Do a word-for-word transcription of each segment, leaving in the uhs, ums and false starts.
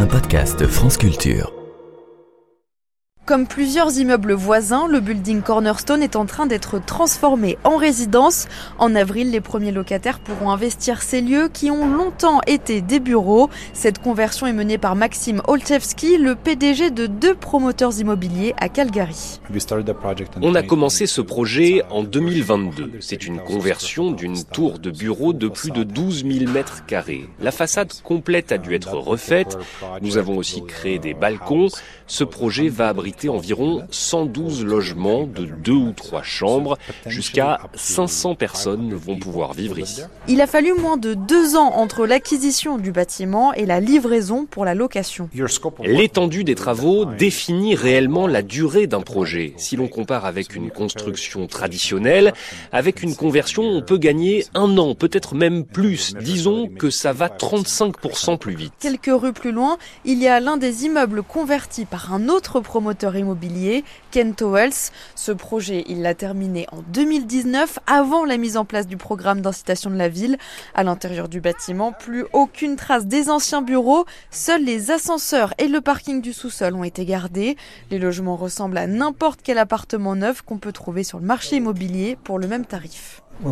un podcast France Culture. Comme plusieurs immeubles voisins, le building Cornerstone est en train d'être transformé en résidence. En avril, les premiers locataires pourront investir ces lieux qui ont longtemps été des bureaux. Cette conversion est menée par Maxime Olszewski, le P D G de deux promoteurs immobiliers à Calgary. On a commencé ce projet en deux mille vingt-deux. C'est une conversion d'une tour de bureau de plus de douze mille mètres carrés. La façade complète a dû être refaite. Nous avons aussi créé des balcons. Ce projet va abriter environ cent douze logements de deux ou trois chambres. Jusqu'à cinq cents personnes vont pouvoir vivre ici. Il a fallu moins de deux ans entre l'acquisition du bâtiment et la livraison pour la location. L'étendue des travaux définit réellement la durée d'un projet. Si l'on compare avec une construction traditionnelle, avec une conversion, on peut gagner un an, peut-être même plus. Disons que ça va trente-cinq pour cent plus vite. Quelques rues plus loin, il y a l'un des immeubles convertis par un autre promoteur immobilier, Kent Owens. Ce projet, il l'a terminé en deux mille dix-neuf, avant la mise en place du programme d'incitation de la ville. À l'intérieur du bâtiment, plus aucune trace des anciens bureaux. Seuls les ascenseurs et le parking du sous-sol ont été gardés. Les logements ressemblent à n'importe quel appartement neuf qu'on peut trouver sur le marché immobilier pour le même tarif. On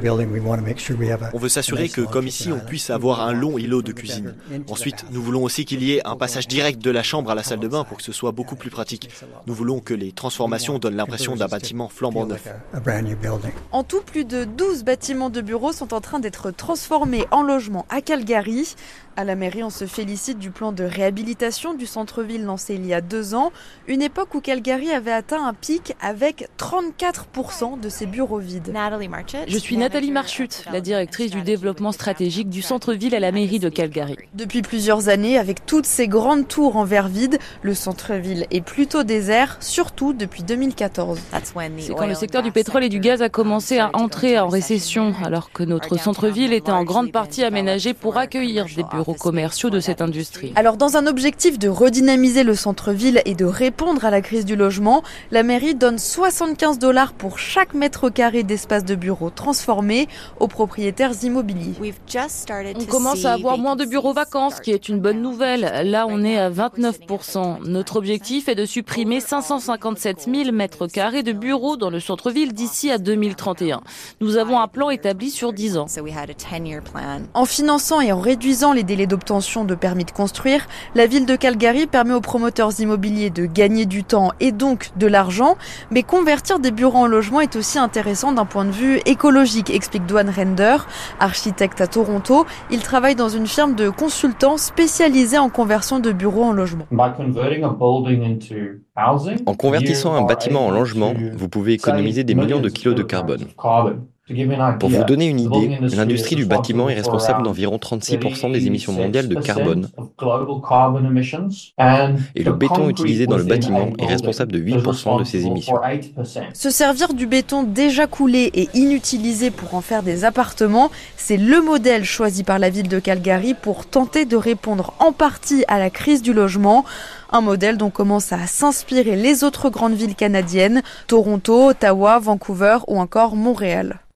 veut s'assurer que, comme ici, on puisse avoir un long îlot de cuisine. Ensuite, nous voulons aussi qu'il y ait un passage direct de la chambre à la salle de bain pour que ce soit beaucoup plus pratique. Nous voulons que les transformations donnent l'impression d'un bâtiment flambant neuf. En tout, plus de douze bâtiments de bureaux sont en train d'être transformés en logements à Calgary. À la mairie, on se félicite du plan de réhabilitation du centre-ville lancé il y a deux ans, une époque où Calgary avait atteint un pic avec trente-quatre pour cent de ses bureaux vides. Je suis Nathalie Marchut, la directrice du développement stratégique du centre-ville à la mairie de Calgary. Depuis plusieurs années, avec toutes ces grandes tours en verre vide, le centre-ville est plutôt désert, surtout depuis deux mille quatorze. C'est quand le secteur du pétrole et du gaz a commencé à entrer en récession, alors que notre centre-ville était en grande partie aménagé pour accueillir des bureaux commerciaux de cette industrie. Alors, dans un objectif de redynamiser le centre-ville et de répondre à la crise du logement, la mairie donne soixante-quinze dollars pour chaque mètre carré d'espace de bureaux transformés aux propriétaires immobiliers. On commence à avoir moins de bureaux vacants, ce qui est une bonne nouvelle. Là, on est à vingt-neuf pour cent. Notre objectif est de supprimer cinq cent cinquante-sept mille mètres carrés de bureaux dans le centre-ville d'ici à deux mille trente et un. Nous avons un plan établi sur dix ans. En finançant et en réduisant les délais d'obtention de permis de construire, la ville de Calgary permet aux promoteurs immobiliers de gagner du temps et donc de l'argent. Mais convertir des bureaux en logements est aussi intéressant d'un point de vue écologique, explique Dwan Render, architecte à Toronto. Il travaille dans une firme de consultants spécialisée en conversion de bureaux en logements. En convertissant un bâtiment en logement, vous pouvez économiser des millions de kilos de carbone. Pour vous donner une idée, l'industrie du bâtiment est responsable d'environ trente-six pour cent des émissions mondiales de carbone. Et le béton utilisé dans le bâtiment est responsable de huit pour cent de ces émissions. Se servir du béton déjà coulé et inutilisé pour en faire des appartements, c'est le modèle choisi par la ville de Calgary pour tenter de répondre en partie à la crise du logement. Un modèle dont commencent à s'inspirer les autres grandes villes canadiennes, Toronto, Ottawa, Vancouver ou encore Montréal.